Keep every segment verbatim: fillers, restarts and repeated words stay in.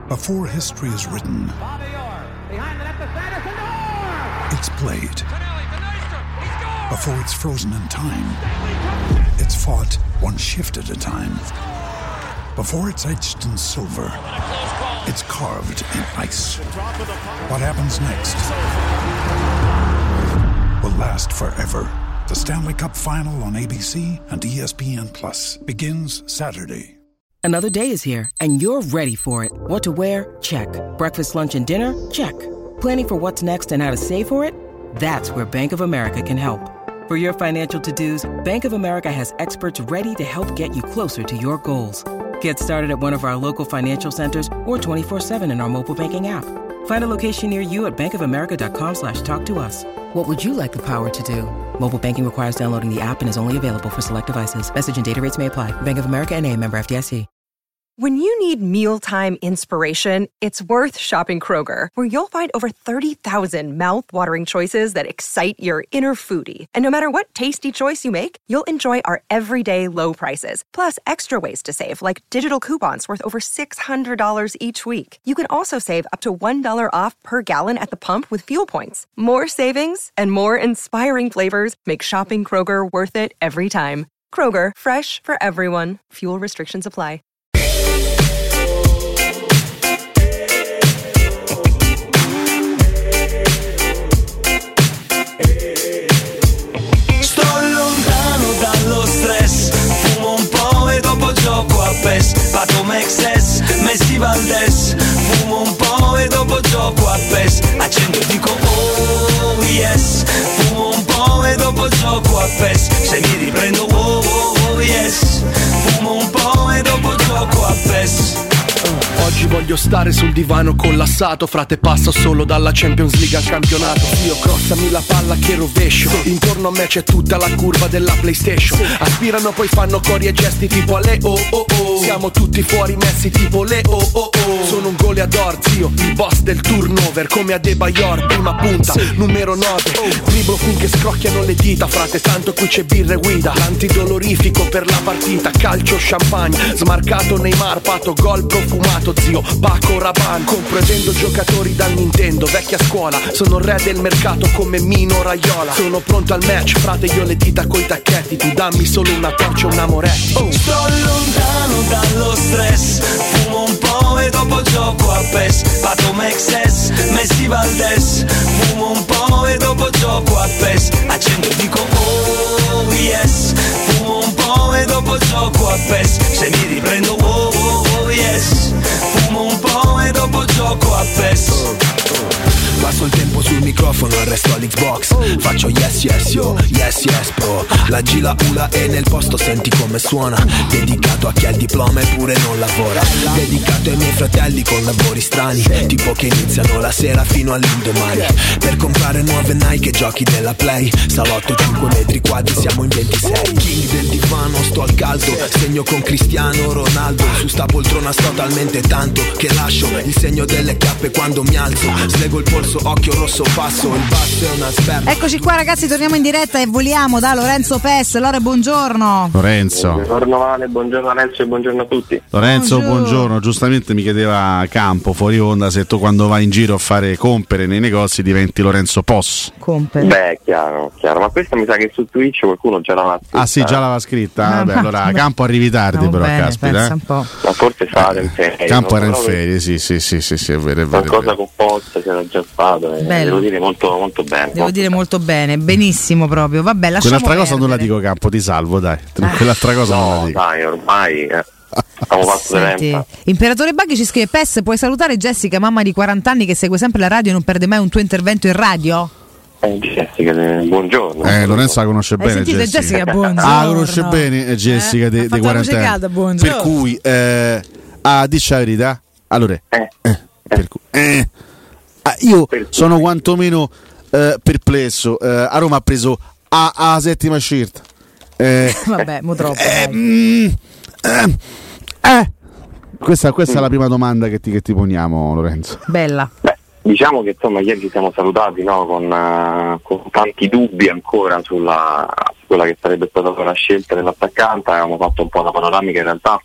Before history is written, it's played. Before it's frozen in time, it's fought one shift at a time. Before it's etched in silver, it's carved in ice. What happens next will last forever. The Stanley Cup Final on A B C and E S P N Plus begins Saturday. Another day is here, and you're ready for it. What to wear? Check. Breakfast, lunch, and dinner? Check. Planning for what's next and how to save for it? That's where Bank of America can help. For your financial to-dos, Bank of America has experts ready to help get you closer to your goals. Get started at one of our local financial centers or twenty-four seven in our mobile banking app. Find a location near you at bankofamerica.com slash talk to us. What would you like the power to do? Mobile banking requires downloading the app and is only available for select devices. Message and data rates may apply. Bank of America N A, member F D I C. When you need mealtime inspiration, it's worth shopping Kroger, where you'll find over thirty thousand mouth-watering choices that excite your inner foodie. And no matter what tasty choice you make, you'll enjoy our everyday low prices, plus extra ways to save, like digital coupons worth over six hundred dollars each week. You can also save up to one dollar off per gallon at the pump with fuel points. More savings and more inspiring flavors make shopping Kroger worth it every time. Kroger, fresh for everyone. Fuel restrictions apply. Gioco a P E S, Pato Mexes, Messi Valdes. Fumo un po' e dopo gioco a P E S. Accendo e dico oh yes. Fumo un po' e dopo gioco a P E S. Se mi riprendo oh oh oh yes. Fumo un po' e dopo gioco a P E S. Oggi voglio stare sul divano collassato, frate, passo solo dalla Champions League al campionato. Io crossami la palla che rovescio, intorno a me c'è tutta la curva della PlayStation. Aspirano poi fanno cori e gesti tipo alle oh oh oh. Siamo tutti fuori messi tipo le oh oh oh. Sono un goleador, zio, il boss del turnover, come Adebayor, prima punta, numero nove. Driblo finché scrocchiano le dita, frate, tanto qui c'è birra e guida. L'antidolorifico per la partita, calcio, champagne, smarcato Neymar, pato, gol profumato, zio, Paco Rabanne. Compro e vendo giocatori dal Nintendo, vecchia scuola, sono il re del mercato come Mino Raiola. Sono pronto al match, frate, io le dita coi tacchetti, tu dammi solo una torcia e una Moretti. Oh. Sto lontano dallo stress, fumo un po' e dopo gioco a P E S. Pato Mexes, Messi Valdes. Fumo un po' e dopo gioco a P E S. Accendo e dico oh yes. Fumo un po' e dopo gioco a P E S. Se mi riprendo oh oh oh yes. Fumo un po' e dopo gioco a P E S. Passo il tempo sul microfono, arresto all'Xbox. Faccio yes yes yo, yes yes bro. La gila ula e nel posto senti come suona. Dedicato a chi ha il diploma eppure non lavora. Dedicato ai miei fratelli con lavori strani, tipo che iniziano la sera fino all'indomani. Per comprare nuove Nike e giochi della Play. Salotto cinque metri quadri, siamo in ventisei. King del divano, sto al caldo. Segno con Cristiano Ronaldo. Su sta poltrona sto talmente tanto che lascio il segno delle chiappe quando mi alzo. Slego il polso, occhio rosso, passo, il basso è una sperma. Eccoci qua ragazzi, torniamo in diretta e voliamo da Lorenzo Pes. Lore, buongiorno. Lorenzo. Buongiorno Vale, buongiorno Lorenzo e buongiorno a tutti. Lorenzo, buongiorno. buongiorno. Giustamente mi chiedeva Campo fuori onda se tu quando vai in giro a fare compere nei negozi diventi Lorenzo Pos. Compere. Beh, chiaro, chiaro. Ma questa mi sa che su Twitch qualcuno già l'aveva scritta. Ah sì, già l'aveva scritta. Ah, Vabbè, allora Campo arrivi tardi, no, però bene, caspita. Eh. Un po'. Ma forse sarà in ferie. Campo era in ferie, sì, sì, sì, sì, sì, è vero, è vero. Qualcosa con Pozza c'era già stato. Eh. Devo dire molto, molto bene. Devo molto dire bene. molto bene, benissimo proprio. Vabbè, lasciamo quell'altra perdere. cosa non la dico, Campo, ti salvo, dai. Ah. Quell'altra cosa no, non la dico. Dai, ormai eh. Stiamo fatto Imperatore Baghi ci scrive: Pes, puoi salutare Jessica, mamma di quaranta anni che segue sempre la radio e non perde mai un tuo intervento in radio? Eh, Jessica, buongiorno. Eh, Lorenzo la conosce Hai bene. Jessica, Jessica buongiorno. Ah, conosce bene Jessica eh? di quaranta anni. Per cui, eh, ah, dici la verità. Allora, eh, eh, per cui, eh, ah, io per sono cui. quantomeno eh, perplesso. Eh, a Roma ha preso a, a settima scelta. Eh, Vabbè, mo troppo. Eh, mm, eh, eh. Questa, questa mm. è la prima domanda che ti, che ti poniamo, Lorenzo. Bella. Beh, diciamo che insomma ieri ci siamo salutati, no, con, uh, con tanti dubbi ancora sulla su quella che sarebbe stata la scelta dell'attaccante. Avevamo fatto un po' una panoramica in realtà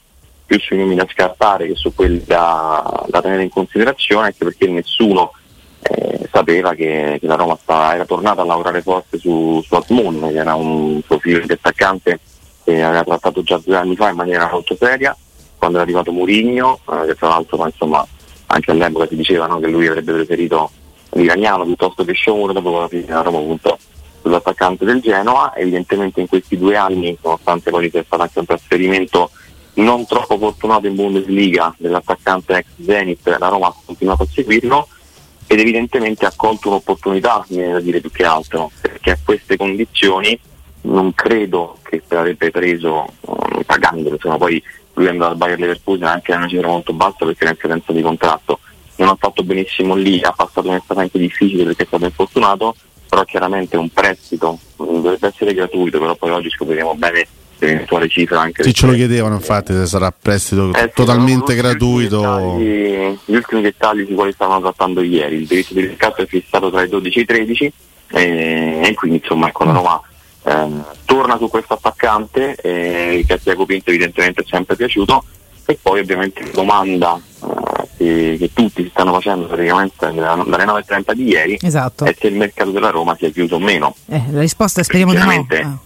più sui nomi da scartare che su quelli da, da tenere in considerazione, anche perché nessuno eh, sapeva che, che la Roma stava, era tornata a lavorare forte su, su Asmun, che era un profilo di attaccante che aveva trattato già due anni fa in maniera molto seria, quando è arrivato Mourinho, eh, che tra l'altro ma insomma anche all'epoca si diceva, no, che lui avrebbe preferito l'iraniano piuttosto che Shour, dopo la fine la Roma appunto sull'attaccante del Genoa. Evidentemente in questi due anni, nonostante poi sia stato anche un trasferimento non troppo fortunato in Bundesliga dell'attaccante ex Zenit, la Roma ha continuato a seguirlo ed evidentemente ha colto un'opportunità, mi viene da dire più che altro, perché a queste condizioni non credo che se l'avrebbe preso um, pagandolo, insomma poi lui è andato al Bayer Leverkusen anche a una cifra molto bassa perché era in scadenza di contratto, non ha fatto benissimo lì, ha passato un'estate anche difficile perché è stato infortunato, però chiaramente un prestito dovrebbe essere gratuito, però poi oggi scopriremo bene l'eventuale cifra anche. Sì, ce lo chiedevano infatti se sarà prestito eh, totalmente sì, gratuito. Gli ultimi, dettagli, gli ultimi dettagli sui quali stavano trattando ieri, il diritto di riscatto è fissato tra i dodici e i tredici e, e quindi insomma ecco la Roma eh, torna su questo attaccante eh, che a Tiago Pinto evidentemente è sempre piaciuto, e poi ovviamente la domanda eh, che, che tutti si stanno facendo praticamente dalle nove e trenta di ieri, esatto, è se il mercato della Roma sia chiuso o meno. Eh, la risposta speriamo di no. Ah.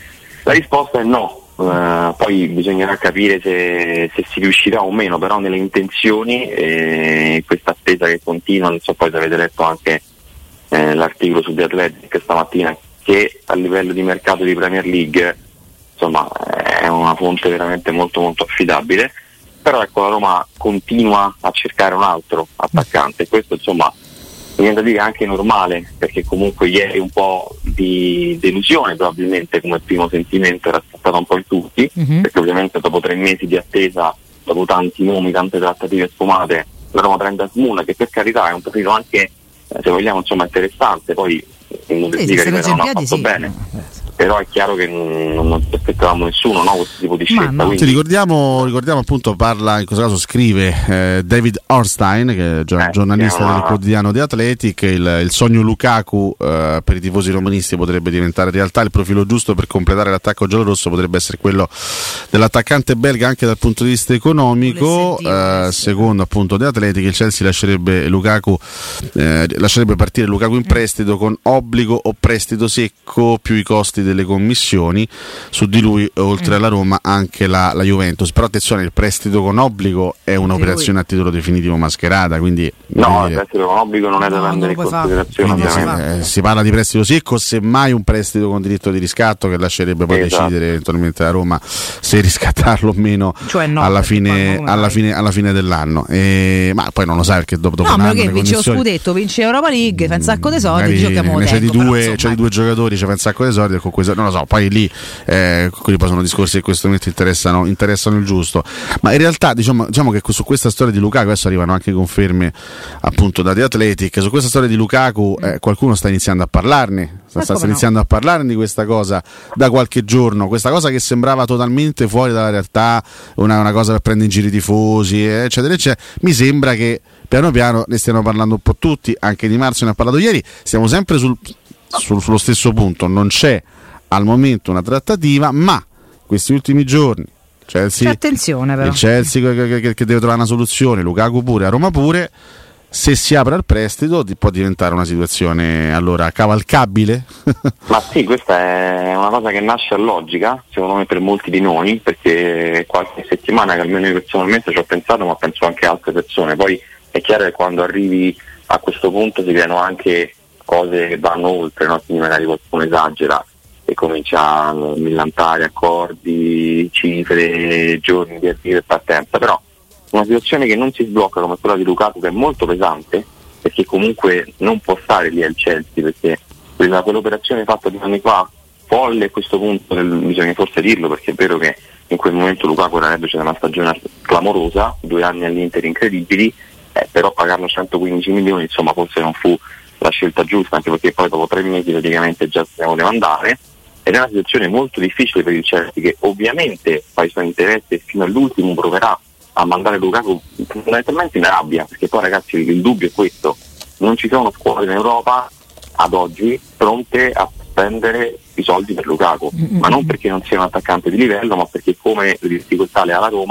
La risposta è no, uh, poi bisognerà capire se, se si riuscirà o meno, però nelle intenzioni eh, questa attesa che continua, non so poi se avete letto anche eh, l'articolo su The Athletic stamattina, che a livello di mercato di Premier League insomma è una fonte veramente molto molto affidabile, però ecco la Roma continua a cercare un altro attaccante e questo insomma mi viene da dire anche normale, perché comunque ieri un po' di delusione probabilmente come primo sentimento era stato un po' in tutti, mm-hmm. perché ovviamente dopo tre mesi di attesa, dopo tanti nomi, tante trattative sfumate, la Roma prende Asmun, che per carità è un profilo anche, eh, se vogliamo, insomma interessante, poi in Bundesliga eh, non ha fatto sì. bene. Però è chiaro che non, non ci aspettavamo nessuno, no, questo tipo di scelta. No. Quindi... Sì, ricordiamo, ricordiamo appunto, parla in questo caso scrive eh, David Ornstein, che è eh, giornalista del quotidiano The Athletic, il, il sogno Lukaku eh, per i tifosi romanisti potrebbe diventare realtà, il profilo giusto per completare l'attacco giallorosso potrebbe essere quello dell'attaccante belga anche dal punto di vista economico, eh, secondo appunto The Athletic il Chelsea lascerebbe Lukaku eh, lascerebbe partire Lukaku in prestito con obbligo o prestito secco più i costi delle commissioni, su di lui oltre alla Roma anche la, la Juventus, però attenzione, il prestito con obbligo è un'operazione a titolo definitivo mascherata, quindi no, il prestito con obbligo non è da prendere in considerazione, quindi, eh, si parla di prestito secco, semmai un prestito con diritto di riscatto che lascerebbe poi esatto. decidere eventualmente la Roma se riscattarlo o meno, cioè no, alla, fine, alla, fine, alla fine dell'anno e, ma poi non lo sai perché dopo, dopo no, un anno che vince lo scudetto, vince Europa League, fa un sacco di soldi, giochiamo c'è tempo, di due, però, c'è di due giocatori, c'è un sacco di soldi e con non lo so, poi lì eh, quelli poi sono discorsi che in questo momento interessano, interessano il giusto, ma in realtà diciamo, diciamo che su questa storia di Lukaku adesso arrivano anche conferme appunto da The Athletic, su questa storia di Lukaku eh, qualcuno sta iniziando a parlarne, sta, sta iniziando no? a parlarne di questa cosa da qualche giorno, questa cosa che sembrava totalmente fuori dalla realtà, una, una cosa per prendere in giro i tifosi eccetera eccetera, mi sembra che piano piano ne stiano parlando un po' tutti, anche Di Marzio ne ha parlato ieri, stiamo sempre sul, sul, sullo stesso punto, non c'è al momento una trattativa, ma questi ultimi giorni Chelsea, attenzione però. il Chelsea che, che, che deve trovare una soluzione, Lukaku pure, a Roma pure, se si apre al prestito può diventare una situazione allora cavalcabile? Ma sì, questa è una cosa che nasce a logica secondo me per molti di noi, perché qualche settimana che almeno io personalmente ci ho pensato, ma penso anche altre persone, poi è chiaro che quando arrivi a questo punto si vedono anche cose che vanno oltre, no? Quindi magari qualcuno esagera e comincia a millantare accordi, cifre, giorni di arrivo e partenza, però una situazione che non si sblocca come quella di Lukaku, che è molto pesante, perché comunque non può stare lì al Chelsea, perché quella, quell'operazione fatta due anni fa, folle a questo punto, bisogna forse dirlo, perché è vero che in quel momento Lukaku era reduce da una stagione clamorosa, due anni all'Inter incredibili, eh, però pagarlo centoquindici milioni insomma forse non fu la scelta giusta, anche perché poi dopo tre mesi praticamente già si voleva andare. Ed è una situazione molto difficile per il Chelsea, che ovviamente fa i suoi interessi e fino all'ultimo proverà a mandare Lukaku fondamentalmente in rabbia, perché poi ragazzi il dubbio è questo, non ci sono squadre in Europa ad oggi pronte a spendere i soldi per Lukaku, mm-hmm. ma non perché non sia un attaccante di livello, ma perché come le difficoltà le ha la Roma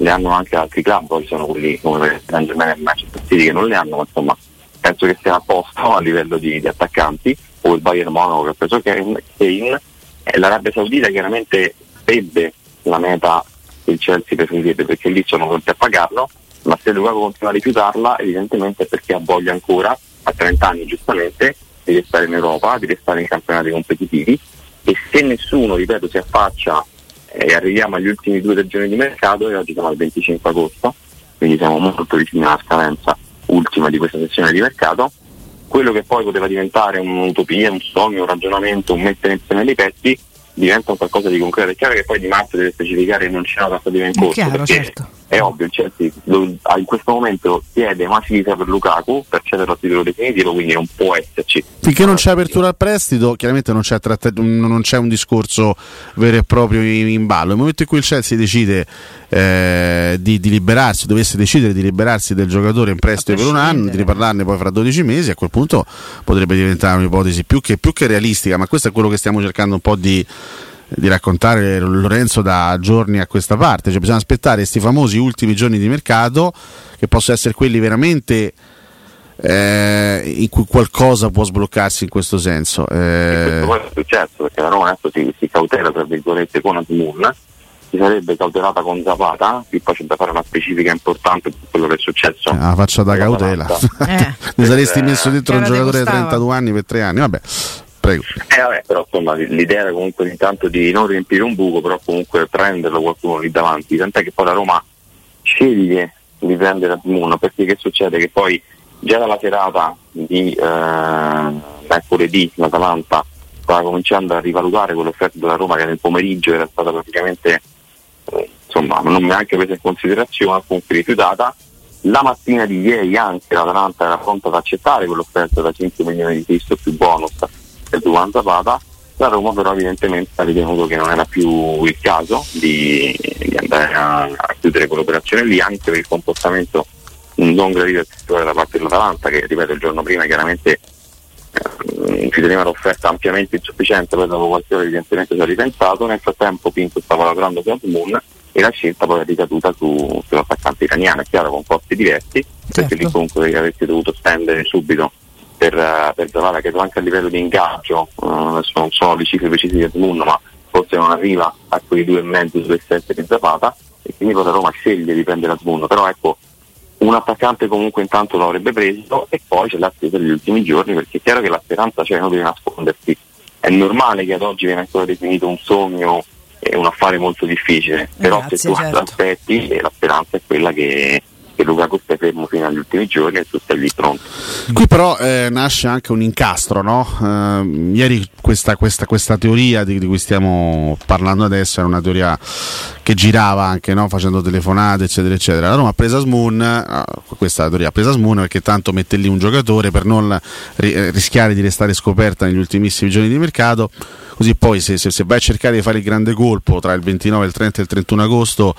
le hanno anche altri club, poi sono quelli come Saint Germain e Manchester City che non le hanno, ma insomma penso che sia a posto a livello di, di attaccanti, o il Bayern Monaco che ha preso Kane, Kane e l'Arabia Saudita chiaramente ebbe la meta che il Chelsea preferirebbe, perché lì sono pronti a pagarlo, ma se Lukaku continua a rifiutarla evidentemente è perché ha voglia ancora, a trenta anni giustamente, di restare in Europa, di restare in campionati competitivi, e se nessuno, ripeto, si affaccia e arriviamo agli ultimi due o tre giorni di mercato, e oggi siamo al venticinque agosto, quindi siamo molto vicini alla scadenza ultima di questa sessione di mercato, quello che poi poteva diventare un'utopia, un sogno, un ragionamento, un mettere insieme dei pezzi, diventa un qualcosa di concreto. È chiaro che poi Di Marzio deve specificare che non c'è una trattativa in corso, chiaro, perché certo. È ovvio, il Chelsea in questo momento chiede Masita per Lukaku per cedere al titolo definitivo, quindi non può esserci. Finché non c'è apertura al prestito, chiaramente non c'è, tratta- non c'è un discorso vero e proprio in, in ballo. Nel momento in cui il Chelsea decide eh, di, di liberarsi, dovesse decidere di liberarsi del giocatore in prestito per un anno, di riparlarne poi fra dodici mesi, a quel punto potrebbe diventare un'ipotesi più che, più che realistica, ma questo è quello che stiamo cercando un po' di di raccontare, Lorenzo, da giorni a questa parte. Cioè bisogna aspettare questi famosi ultimi giorni di mercato, che possono essere quelli veramente eh, in cui qualcosa può sbloccarsi in questo senso. Eh... Questo poi è successo, perché la Roma adesso si, si cautela tra virgolette con Asmoon, si sarebbe cautelata con Zapata, qui poi c'è da fare una specifica importante per quello che è successo. Eh, la faccia da cautela. Eh. Ne saresti messo dentro un giocatore di costava? trentadue anni per tre anni, vabbè. Prego. Eh vabbè, però insomma l'idea era comunque intanto di non riempire un buco, però comunque prenderlo qualcuno lì davanti, tant'è che poi la Roma sceglie di prendere Asmoon, perché che succede? Che poi già dalla serata di eh, mercoledì l'Atalanta stava cominciando a rivalutare quell'offerta della Roma che nel pomeriggio era stata praticamente eh, insomma non neanche presa in considerazione, comunque rifiutata. La mattina di ieri anche l'Atalanta era pronta ad accettare quell'offerta da cinque milioni di Cristo più bonus per Duvan Zapata. La Roma però evidentemente ha ritenuto che non era più il caso di, di andare a, a chiudere quell'operazione lì, anche per il comportamento non gradito da parte dell'Atalanta, che ripeto il giorno prima chiaramente eh, ci teneva l'offerta ampiamente insufficiente, poi dopo qualche ora evidentemente si è ripensato. Nel frattempo Pinto stava lavorando su Asmoon e la scelta poi è ricaduta su, sull'attaccante italiano, è chiaro, con costi diversi, certo, perché lì comunque avresti dovuto spendere subito per, uh, per Zapata, che anche a livello di ingaggio, uh, adesso non so le cifre precise di Asmoon, ma forse non arriva a quei due e mezzo, due e sette di Zapata, e quindi poi la Roma sceglie di prendere Asmoon. Però ecco, un attaccante comunque intanto lo avrebbe preso, e poi c'è l'attesa degli ultimi giorni, perché è chiaro che la speranza c'è, non deve nascondersi. È normale che ad oggi viene ancora definito un sogno, è un affare molto difficile, però Grazie, se tu certo. aspetti, la speranza è quella che, che Lukaku stia fermo fino agli ultimi giorni e tu stai lì pronto. Qui però eh, nasce anche un incastro, no? Uh, ieri questa, questa, questa teoria di, di cui stiamo parlando adesso era una teoria che girava anche, no? Facendo telefonate eccetera eccetera. La Roma ha preso Asmoon, uh, questa teoria ha preso Asmoon perché tanto mette lì un giocatore per non ri- rischiare di restare scoperta negli ultimissimi giorni di mercato. Così poi se, se, se vai a cercare di fare il grande colpo tra il ventinove, il trenta e il trentuno agosto,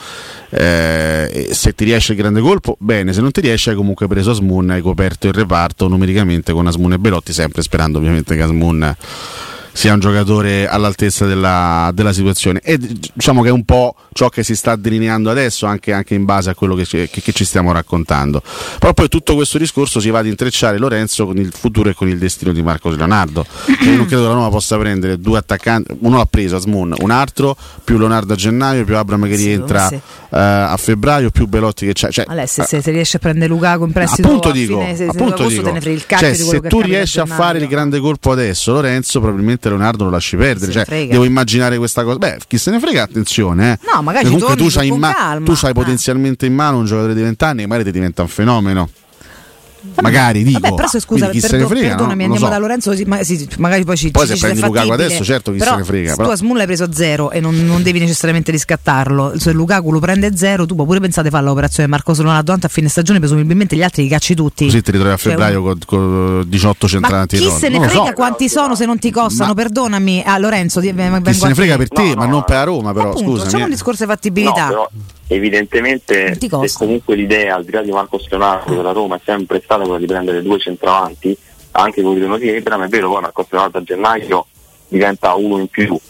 eh, se ti riesce il grande colpo bene, se non ti riesce hai comunque preso Asmoon, hai coperto il reparto numericamente con Asmoon e Belotti, sempre sperando ovviamente che Asmoon sia un giocatore all'altezza della, della situazione, e diciamo che è un po' ciò che si sta delineando adesso, anche, anche in base a quello che ci, che, che ci stiamo raccontando. Però poi tutto questo discorso si va ad intrecciare, Lorenzo, con il futuro e con il destino di Marcos Leonardo. Io non credo che la Roma possa prendere due attaccanti, uno l'ha preso Asmoon, un altro più Leonardo a gennaio, più Abraham che rientra sì, sì. Uh, a febbraio, più Belotti che c'è, cioè, Alessio, se, se riesce a prendere Lukaku in prestito appunto dico, fine, se, appunto dico. Cioè, se tu riesci a fare il grande colpo adesso, Lorenzo, probabilmente Leonardo lo lasci perdere, cioè, devo immaginare questa cosa. Beh, chi se ne frega, attenzione, eh. No, magari comunque tu c'hai, in ma- tu c'hai potenzialmente in mano un giocatore di vent'anni che magari ti diventa un fenomeno. Vabbè, magari dico, vabbè, però se scusa, chi perdo, se ne frega, perdonami, no? andiamo so. da Lorenzo, sì, ma, sì, magari poi ci poi ci se prendi Lukaku adesso, certo, chi però, se ne frega. Se però. tu Asmoon l'hai preso zero e non, non devi necessariamente riscattarlo, se Lukaku lo prende zero, tu puoi pure pensare di fare l'operazione Marcos Leonardo a fine stagione, presumibilmente gli altri li cacci tutti. Così ti ritrovi a febbraio cioè, con, con diciotto centravanti. Ma chi se ne non frega so. quanti sono se non ti costano? Ma... Perdonami, ah, Lorenzo, ti, chi se ne frega per te, no, ma no, non per la Roma, però appunto, scusami. C'è un discorso di fattibilità. No, però evidentemente se comunque l'idea al di là di Marcos Leonardo della Roma è sempre stata quella di prendere due centravanti, anche con i ritorno di Abraham, è vero, poi Marcos Leonardo a gennaio diventa uno in più,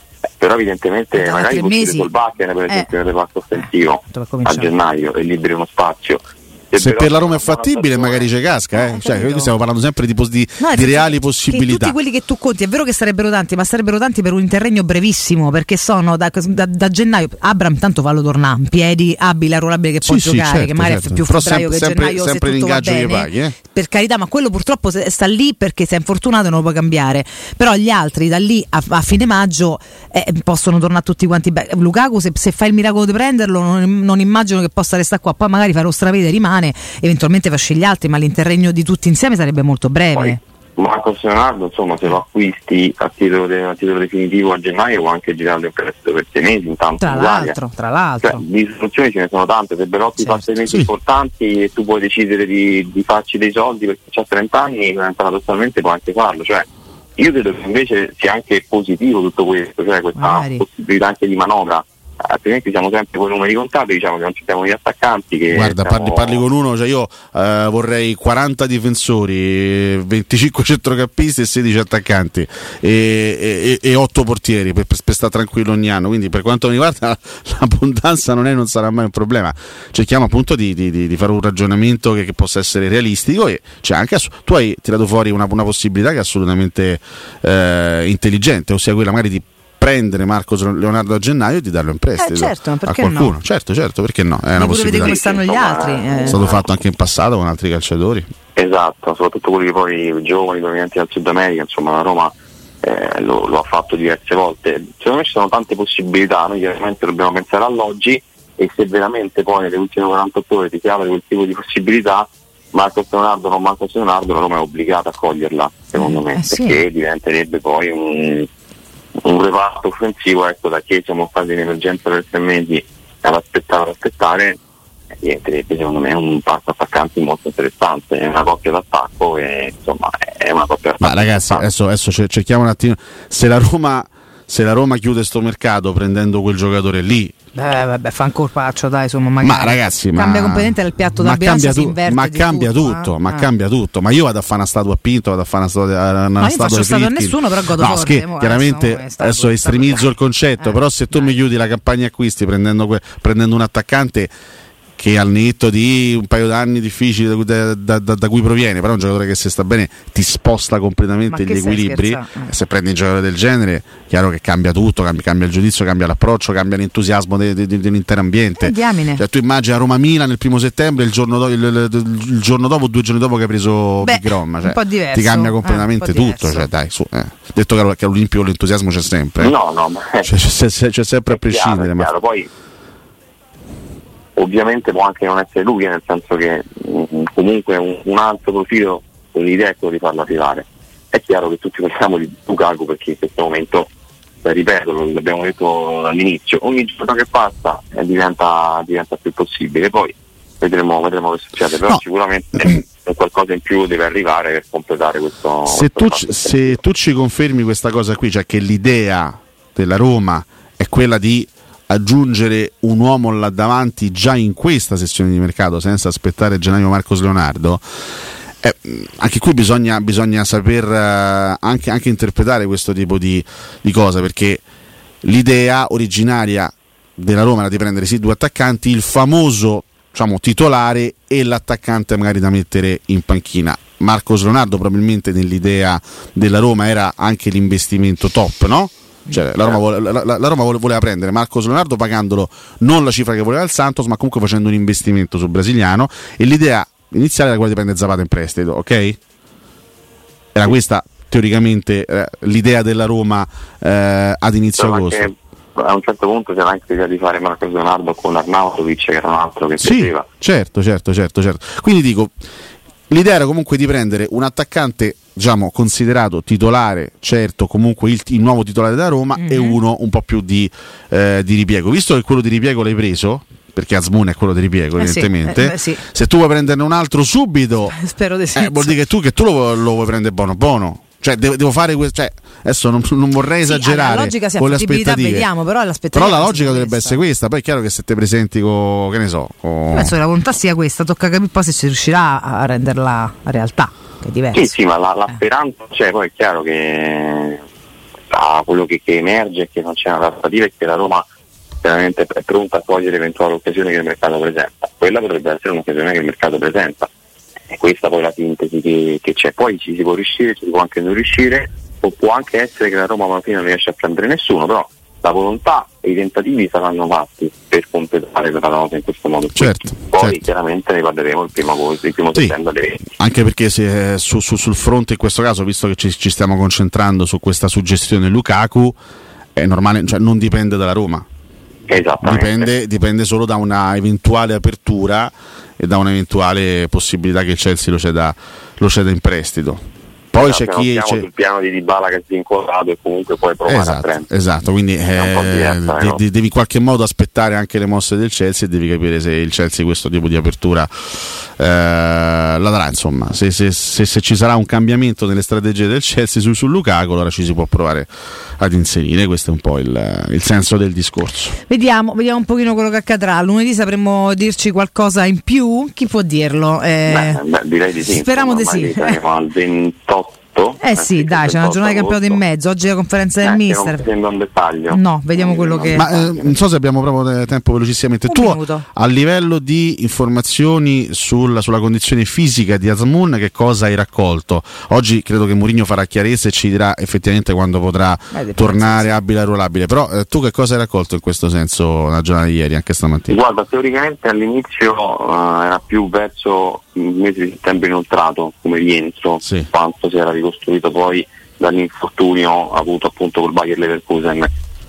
però evidentemente magari uscire col Bakken per esempio nel reparto offensivo a gennaio e liberi uno spazio. Se per la Roma è fattibile magari c'è casca, eh? Cioè, qui stiamo parlando sempre di, pos- di, no, di reali possibilità. Tutti quelli che tu conti, è vero che sarebbero tanti, ma sarebbero tanti per un interregno brevissimo, perché sono da, da, da gennaio. Abram tanto fallo tornare in piedi, abile, arruolabile, che può sì, giocare, sì, certo, che magari certo. è più febbraio che sempre, gennaio, sempre se tutto va bene, paghi, eh? per carità, ma quello purtroppo sta lì perché sei infortunato e non lo puoi cambiare. Però gli altri da lì a, a fine maggio eh, possono tornare tutti quanti bene. Lukaku se, se fai il miracolo di prenderlo non, non immagino che possa restare qua, poi magari fare lo stravede, rimane, eventualmente fasci gli altri, ma l'interregno di tutti insieme sarebbe molto breve. Poi, Marcos Leonardo, insomma, se lo acquisti a titolo, de- a titolo definitivo a gennaio può anche girarlo in prestito per sei mesi, intanto tra l'altro, tra l'altro. Cioè, di istruzioni ce ne sono tante, se Belotti certo. fa sei mesi sì. importanti e tu puoi decidere di, di farci dei soldi perché ha trenta anni, paradossalmente può anche farlo, cioè io credo che invece sia anche positivo tutto questo, cioè questa Magari. possibilità anche di manovra. Altrimenti siamo sempre con numeri contabili, diciamo che non ci siamo gli attaccanti che guarda siamo... parli, parli con uno, cioè io eh, vorrei quaranta difensori, venticinque centrocampisti e sedici attaccanti e, e, e otto portieri per, per, per stare tranquillo ogni anno, quindi per quanto mi riguarda l'abbondanza non è non sarà mai un problema. Cerchiamo appunto di, di, di fare un ragionamento che, che possa essere realistico e c'è anche tu hai tirato fuori una, una possibilità che è assolutamente eh, intelligente, ossia quella magari di prendere Marcos Leonardo a gennaio e di darlo in prestito eh certo, a qualcuno. No? Certo, certo, perché no? È una possibilità. Come stanno gli altri. È eh. stato fatto anche in passato con altri calciatori. Esatto, soprattutto quelli poi giovani provenienti dal Sud America, insomma la Roma eh, lo, lo ha fatto diverse volte. Secondo me ci sono tante possibilità, noi chiaramente dobbiamo pensare all'oggi e se veramente poi nelle ultime quarantotto ore ti si apre quel tipo di possibilità, Marcos Leonardo non Marcos Leonardo, la Roma è obbligata a coglierla, secondo me, eh, sì. perché diventerebbe poi un un reparto offensivo, ecco, da che siamo stati in emergenza per tre mesi ad aspettare ad aspettare diventerebbe secondo me un parco attaccanti molto interessante, è una coppia d'attacco e insomma è una coppia d'attacco. Ma ragazzi adesso, adesso cerchiamo un attimo, se la Roma se la Roma chiude sto mercato prendendo quel giocatore lì, eh, vabbè, fa un colpaccio, dai, insomma, magari ma ragazzi, cambia ma, completamente il piatto da bilancia, si inverte ma di cambia tutto, tutto, eh? ma ah. cambia tutto. Ma io vado a fare una statua a Pinto, vado a fare una statua, una ma io statua faccio stato a nessuno, però godo no, forte. Scher- mo, chiaramente adesso, adesso estremizzo il concetto, eh, però se tu dai. mi chiudi la campagna acquisti prendendo, que- prendendo un attaccante che al netto di un paio d'anni difficili da, da, da, da cui proviene, però è un giocatore che se sta bene ti sposta completamente gli equilibri, e se prendi un giocatore del genere chiaro che cambia tutto, cambia, cambia il giudizio, cambia l'approccio, cambia l'entusiasmo de, de, de, dell'intero ambiente. Eh, cioè, tu immagini a Roma-Milan il primo settembre, il giorno, do, il, il, il giorno dopo, due giorni dopo che hai preso Big Rom, cioè, un po' diverso, ti cambia completamente eh, tutto, cioè, dai, su, eh. detto che, che all'Olimpico l'entusiasmo c'è sempre, eh. no no ma cioè, c'è, c'è, c'è sempre a prescindere, chiaro, ma chiaro. Poi ovviamente può anche non essere lui, nel senso che mh, comunque un, un altro profilo, l'idea è quello di farlo arrivare. È chiaro che tutti parliamo di Lukaku perché in questo momento, eh, ripeto, l'abbiamo detto all'inizio, ogni giorno che passa eh, diventa, diventa più possibile, poi vedremo, vedremo che succede, però no. sicuramente qualcosa in più deve arrivare per completare questo. Se, questo tu, c- se tu ci confermi questa cosa qui, cioè che l'idea della Roma è quella di aggiungere un uomo là davanti già in questa sessione di mercato senza aspettare gennaio Marcos Leonardo, eh, anche qui bisogna, bisogna saper eh, anche, anche interpretare questo tipo di, di cosa, perché l'idea originaria della Roma era di prendere sì due attaccanti, il famoso diciamo titolare e l'attaccante magari da mettere in panchina. Marcos Leonardo probabilmente nell'idea della Roma era anche l'investimento top, no? Cioè, la, Roma vole, la, la Roma voleva prendere Marcos Leonardo pagandolo non la cifra che voleva il Santos, ma comunque facendo un investimento sul brasiliano, e l'idea iniziale era quella di prendere Zapata in prestito, ok? Era questa teoricamente eh, l'idea della Roma eh, ad inizio però agosto. Anche, a un certo punto c'era anche l'idea di fare Marcos Leonardo con Arnautovic, che era un altro che sì, piaceva. certo, certo, certo, certo. Quindi dico, l'idea era comunque di prendere un attaccante diciamo considerato titolare, certo, comunque il, il nuovo titolare da Roma, mm-hmm. e uno un po' più di, eh, di ripiego. Visto che quello di ripiego l'hai preso, perché Azmoun è quello di ripiego, eh evidentemente, sì, eh, beh, sì. se tu vuoi prenderne un altro subito, spero di sì. Eh, vuol dire che tu, che tu lo, lo vuoi prendere buono buono. Cioè devo, devo fare questo, cioè, adesso non, non vorrei sì, esagerare, la logica con le aspettative, vediamo, però, però la logica dovrebbe questa. essere questa. Poi è chiaro che se te presenti con, che ne so, con... penso che la volontà sia questa, tocca capire poi se si riuscirà a renderla realtà, che è diverso. Sì, sì, ma la, la eh. speranza c'è, cioè, poi è chiaro che a quello che, che emerge è che non c'è una trattativa e che la Roma veramente è pronta a cogliere eventuali occasioni che il mercato presenta. Quella potrebbe essere un'occasione che il mercato presenta, e questa poi è la sintesi che, che c'è. Poi ci si può riuscire, ci si può anche non riuscire, o può anche essere che la Roma alla fine non riesce a prendere nessuno, però la volontà e i tentativi saranno fatti per completare la cosa in questo modo. Certo, poi certo. Chiaramente ne parleremo il primo, il primo sì, settembre alle venti. Anche perché se, su, su, sul fronte in questo caso, visto che ci, ci stiamo concentrando su questa suggestione Lukaku, è normale, cioè non dipende dalla Roma, dipende, dipende solo da una eventuale apertura e da un'eventuale possibilità che il Chelsea lo ceda, lo ceda in prestito. Poi esatto, c'è chi siamo c'è... sul piano di Dybala che è svincolato e comunque puoi provare esatto, a prendere. Esatto, quindi eh, diversa, de- no? de- devi in qualche modo aspettare anche le mosse del Chelsea e devi capire se il Chelsea questo tipo di apertura eh, la darà, insomma, se, se, se, se ci sarà un cambiamento nelle strategie del Chelsea su, su Lukaku, allora ci si può provare ad inserire. Questo è un po' il, il senso del discorso. Vediamo, vediamo un pochino quello che accadrà. Lunedì sapremmo dirci qualcosa in più? Chi può dirlo? Eh, beh, beh, direi di sì. Speriamo di sì. Siamo al ventotto. Eh sì, dai, c'è una giornata di campionato in mezzo. Oggi è la conferenza del eh, mister. Non sembra un dettaglio. No, vediamo quello che. Ma eh, non so se abbiamo proprio tempo velocissimamente. Un tu minuto. A livello di informazioni sulla, sulla condizione fisica di Azmoun, che cosa hai raccolto? Oggi credo che Mourinho farà chiarezza e ci dirà effettivamente quando potrà Beh, tornare abile e arruolabile. Però eh, tu che cosa hai raccolto in questo senso la giornata di ieri, anche stamattina? Guarda, teoricamente all'inizio uh, era più verso il mese di settembre inoltrato come rientro, sì. quanto si era ricostruito poi dall'infortunio avuto appunto col Bayer Leverkusen.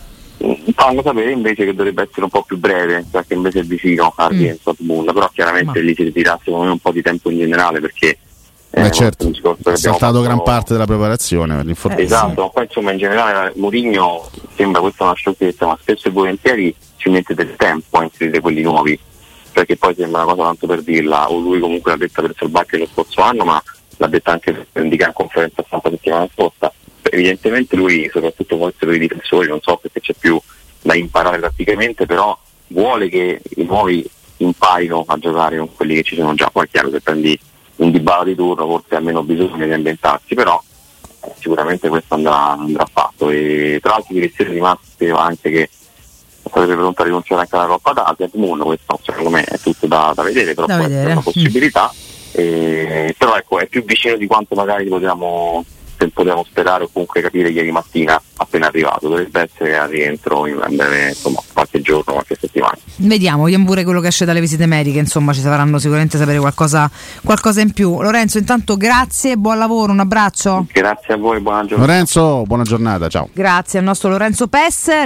Fanno sapere invece che dovrebbe essere un po' più breve, perché invece è vicino al Mm. rientro a Moon, però chiaramente Ma. lì si ritirà secondo me un po' di tempo in generale, perché Beh, eh, certo, ha saltato fatto... gran parte della preparazione per l'infortunio. Esatto, ma poi insomma in generale Mourinho, sembra questa una sciocchezza, ma spesso e volentieri ci mette del tempo a inserire quelli nuovi, perché poi sembra una cosa tanto per dirla, o lui comunque l'ha detta per Solbacchi lo scorso anno, ma l'ha detta anche per indicare in conferenza stampa settimana scorsa. Evidentemente lui, soprattutto forse per i difensori, non so perché c'è più da imparare praticamente, però vuole che i nuovi imparino a giocare con quelli che ci sono già. Poi è chiaro, se prendi un Dybala di turno forse ha meno bisogno di ambientarsi, però eh, sicuramente questo andrà, andrà fatto. E tra l'altro direzione rimaste anche che sarebbe pronto a rinunciare anche alla Coppa d'Asia. Comunque questo secondo me è tutto da, da vedere, però da può vedere. essere una possibilità. Mm. E, però ecco, è più vicino di quanto magari potevamo, potevamo sperare o comunque capire ieri mattina appena arrivato. Dovrebbe essere a rientro in breve, insomma, qualche giorno, qualche settimana. Vediamo, vediamo pure quello che esce dalle visite mediche, insomma ci faranno sicuramente sapere qualcosa, qualcosa in più. Lorenzo, intanto grazie, buon lavoro, un abbraccio. Grazie a voi, buona giornata. Lorenzo, buona giornata, ciao. Grazie al nostro Lorenzo Pes.